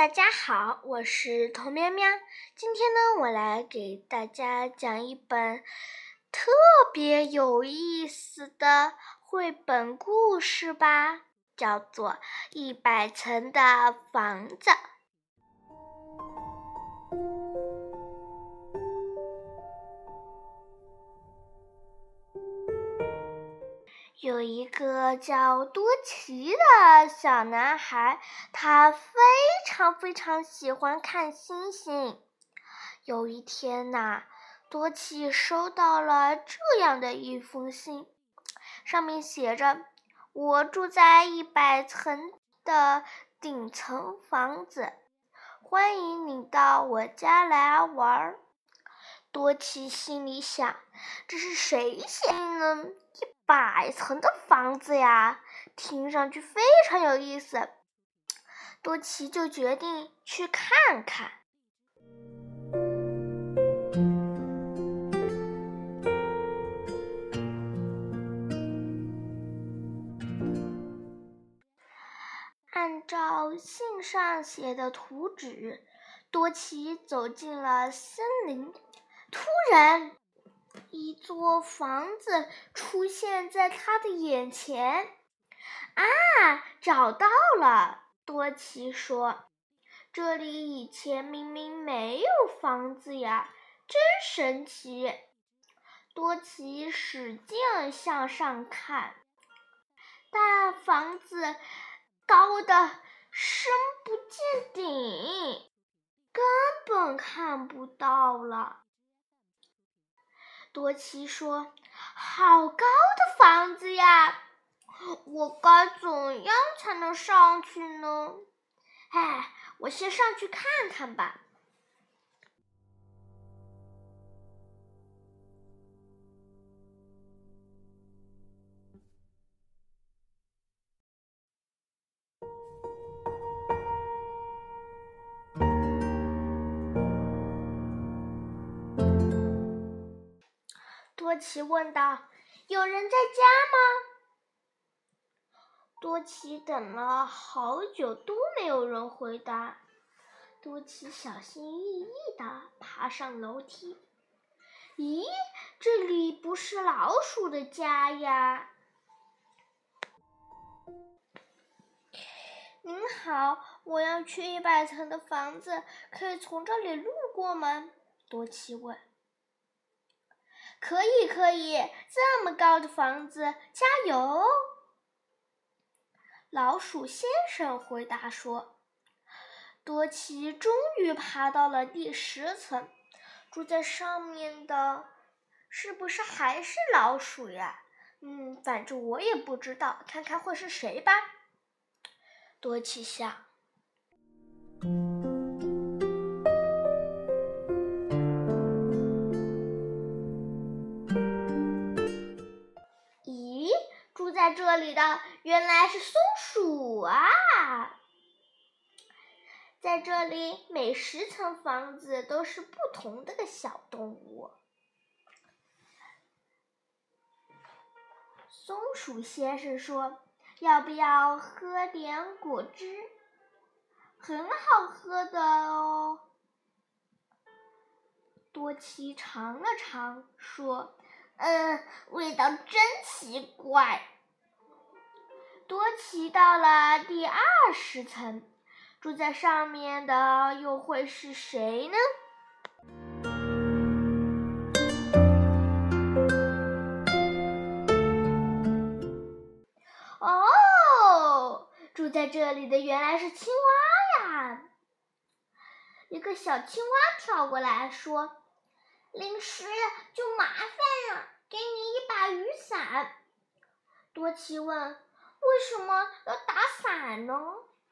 大家好，我是童喵喵。今天呢，我来给大家讲一本特别有意思的绘本故事吧，叫做《100层的房子》。有一个叫多奇的小男孩，他非常喜欢看星星。有一天呐，多奇收到了这样的一封信，上面写着：我住在100层的顶层房子，欢迎你到我家来玩。多奇心里想，这是谁写的呢？100层的房子呀，听上去非常有意思。多奇就决定去看看。按照信上写的图纸，多奇走进了森林。突然，一座房子出现在他的眼前。找到了，多奇说。这里以前明明没有房子呀，真神奇。多奇使劲向上看，大房子高的深不见顶，根本看不到了。多奇说：好高的房子呀，我该怎样才能上去呢？我先上去看看吧。多奇问道：有人在家吗？多奇等了好久都没有人回答。多奇小心翼翼地爬上楼梯。咦，这里不是老鼠的家呀？您好，我要去100层的房子，可以从这里路过吗？多奇问。可以，这么高的房子，加油！老鼠先生回答说。多奇终于爬到了第10层，住在上面的是不是还是老鼠呀？反正我也不知道，看看会是谁吧。多奇想。咦，住在这里的原来是松鼠啊！在这里，每10层房子都是不同的小动物。松鼠先生说：要不要喝点果汁？很好喝的哦。多奇尝了尝，说：味道真奇怪。多奇到了第20层，住在上面的又会是谁呢？住在这里的原来是青蛙呀！一个小青蛙跳过来说：淋湿了就麻烦了，给你一把雨伞。多奇问：为什么要打伞呢？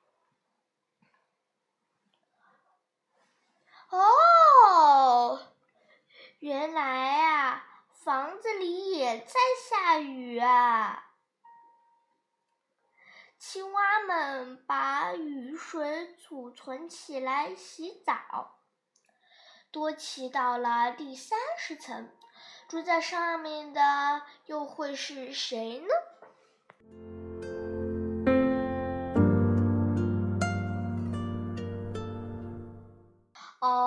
原来房子里也在下雨啊！青蛙们把雨水储存起来洗澡。多奇到了第30层，住在上面的又会是谁呢？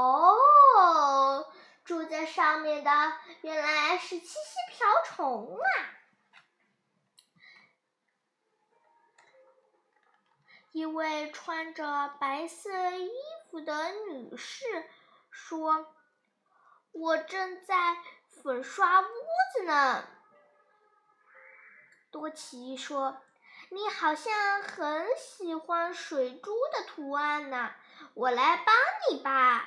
哦，住在上面的原来是七夕瓢虫啊！一位穿着白色衣服的女士说：“我正在粉刷屋子呢。”多奇说：“你好像很喜欢水珠的图案呢，我来帮你吧。”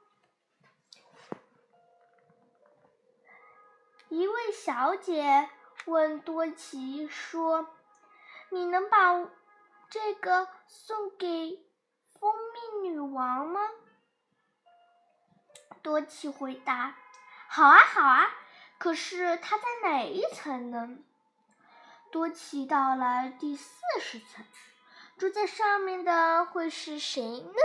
一位小姐问多奇说：“你能把这个送给蜂蜜女王吗？”多奇回答：“好啊，好啊，可是它在哪一层呢？”多奇到了第40层，住在上面的会是谁呢？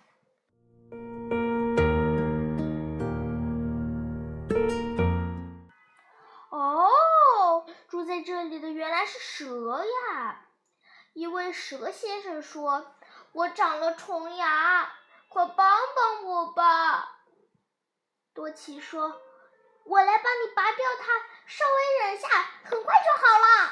哦，住在这里的原来是蛇呀！一位蛇先生说：“我长了虫牙，快帮帮我吧。”多奇说：“我来帮你拔掉它，稍微忍下，很快就好了。”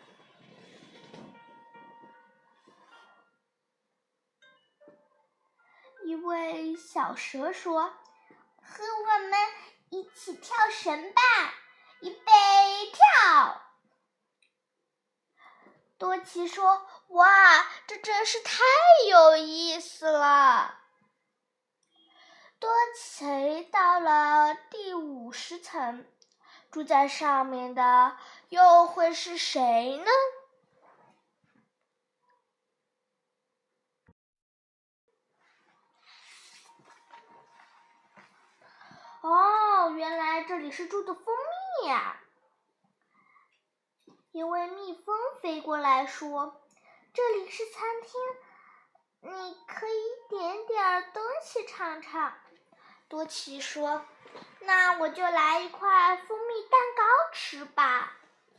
一位小蛇说：“和我们一起跳绳吧，预备跳！”多奇说：“哇，这真是太有意思了！”多奇到了第50层，住在上面的又会是谁呢？哦，原来这里是住的蜂蜜呀！一位蜜蜂飞过来说：“这里是餐厅，你可以点点东西尝尝。”多奇说：“那我就来一块蜂蜜蛋糕吃吧。”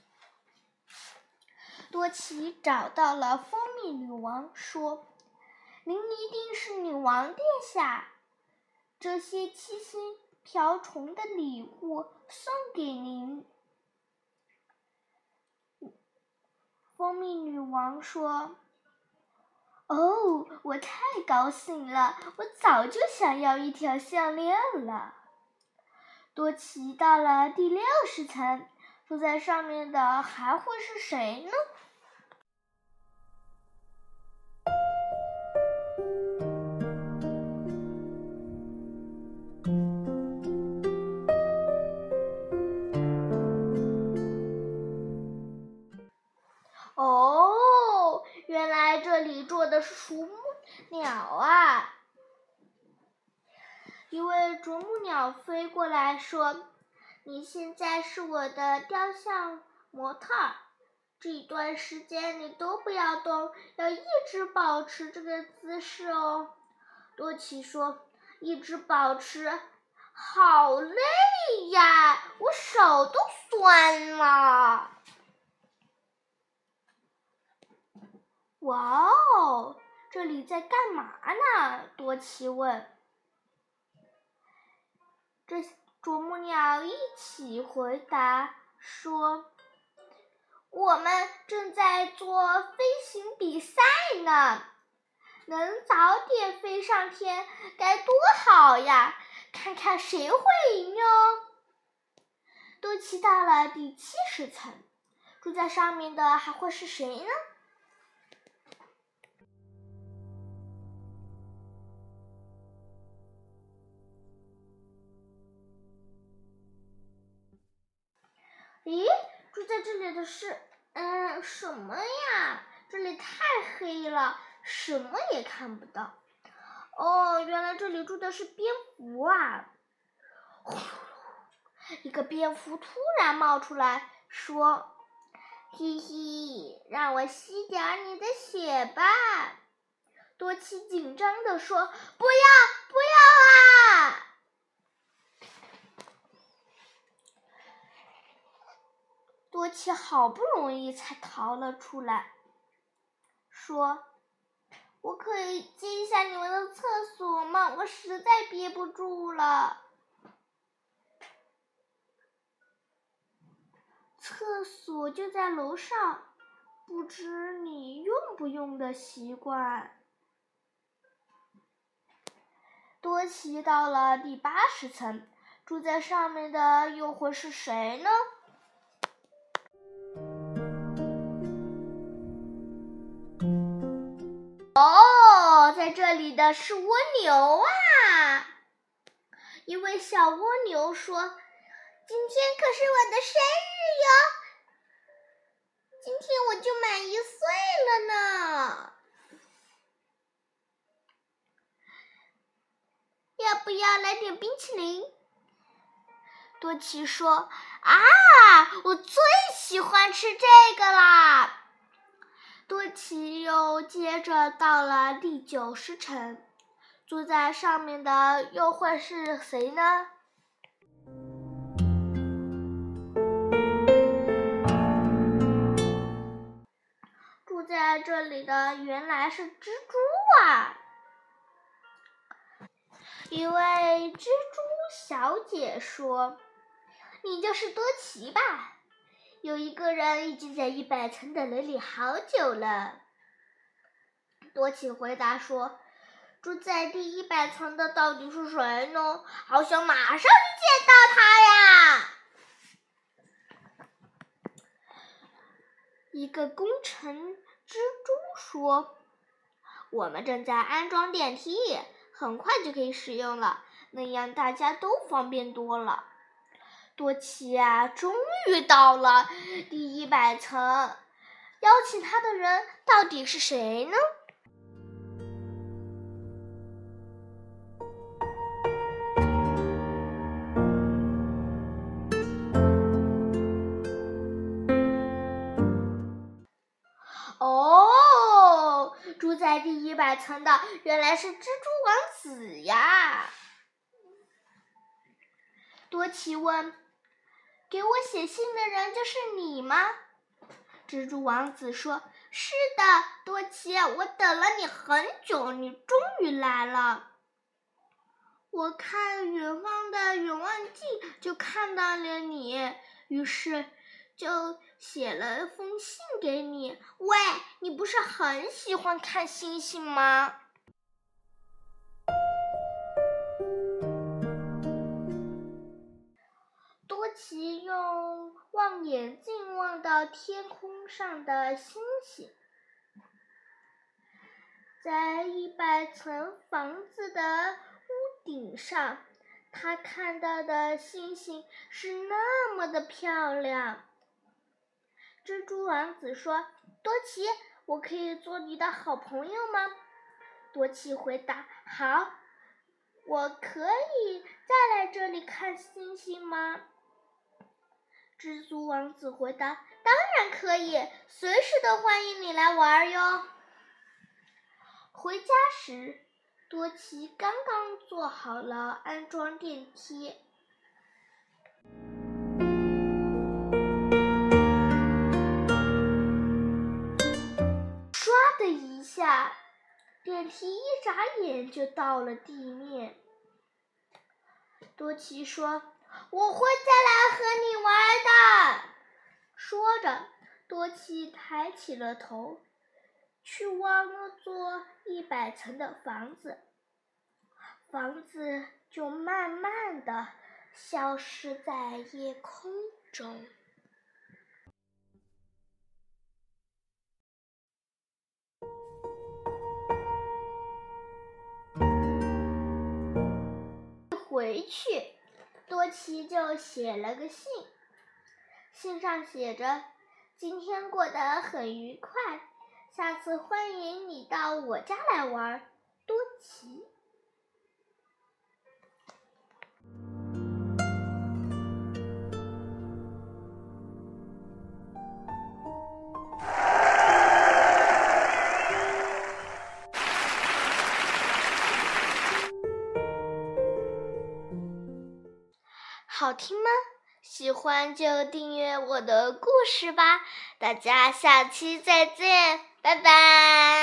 多奇找到了蜂蜜女王，说：“您一定是女王殿下，这些七星瓢虫的礼物送给您。”蜂蜜女王说：“哦，我太高兴了，我早就想要一条项链了。”多奇到了第60层，住在上面的还会是谁呢？哦，原来这里住的是啄木鸟啊！一位啄木鸟飞过来说：“你现在是我的雕像模特儿，这一段时间你都不要动，要一直保持这个姿势哦。”多奇说：“一直保持，好累呀，我手都酸了。”哇哦，这里在干嘛呢？多奇问。这啄木鸟一起回答说：“我们正在做飞行比赛呢，能早点飞上天该多好呀！看看谁会赢哟。”多奇到了第70层，住在上面的还会是谁呢？咦，住在这里的是什么呀？这里太黑了，什么也看不到。哦，原来这里住的是蝙蝠啊！呼噜噜，一个蝙蝠突然冒出来，说：“嘿嘿，让我吸点你的血吧。”多奇紧张地说：“不要，不要啊！”多奇好不容易才逃了出来，说：“ 我可以借一下你们的厕所吗？我实在憋不住了。厕所就在楼上，不知你用不用的习惯。多奇到了第80层，住在上面的又会是谁呢？哦，在这里的是蜗牛啊！一位小蜗牛说：“今天可是我的生日哟，今天我就满1岁了呢。要不要来点冰淇淋？”多奇说：“啊，我最喜欢吃这个啦！”多奇又接着到了第90层，坐在上面的又会是谁呢？住在这里的原来是蜘蛛啊！一位蜘蛛小姐说：“你就是多奇吧？有一个人已经在100层等了你好久了。”多奇回答说：“住在第100层的到底是谁呢？好想马上去见到他呀！”一个工程蜘蛛说：“我们正在安装电梯，很快就可以使用了，那样大家都方便多了。”多奇啊，终于到了第100层，邀请他的人到底是谁呢？哦，住在第100层的原来是蜘蛛王子呀！多奇问：“给我写信的人就是你吗？”蜘蛛王子说：“是的，多奇，我等了你很久，你终于来了。我看远方的远望镜就看到了你，于是就写了封信给你。喂，你不是很喜欢看星星吗？”多奇用望远镜望到天空上的星星，在100层房子的屋顶上，他看到的星星是那么的漂亮。蜘蛛王子说：“多奇，我可以做你的好朋友吗？”多奇回答：“好，我可以再来这里看星星吗？”蜘蛛王子回答：“当然可以，随时都欢迎你来玩哟。”回家时，多奇刚刚做好了安装电梯。唰的一下，电梯一眨眼就到了地面。多奇说：“我会再来和你玩的。”说着，多奇抬起了头，去望那座100层的房子，房子就慢慢的消失在夜空中。回去，多奇就写了个信，信上写着：“今天过得很愉快，下次欢迎你到我家来玩，多奇。”好听吗？喜欢就订阅我的故事吧，大家下期再见，拜拜。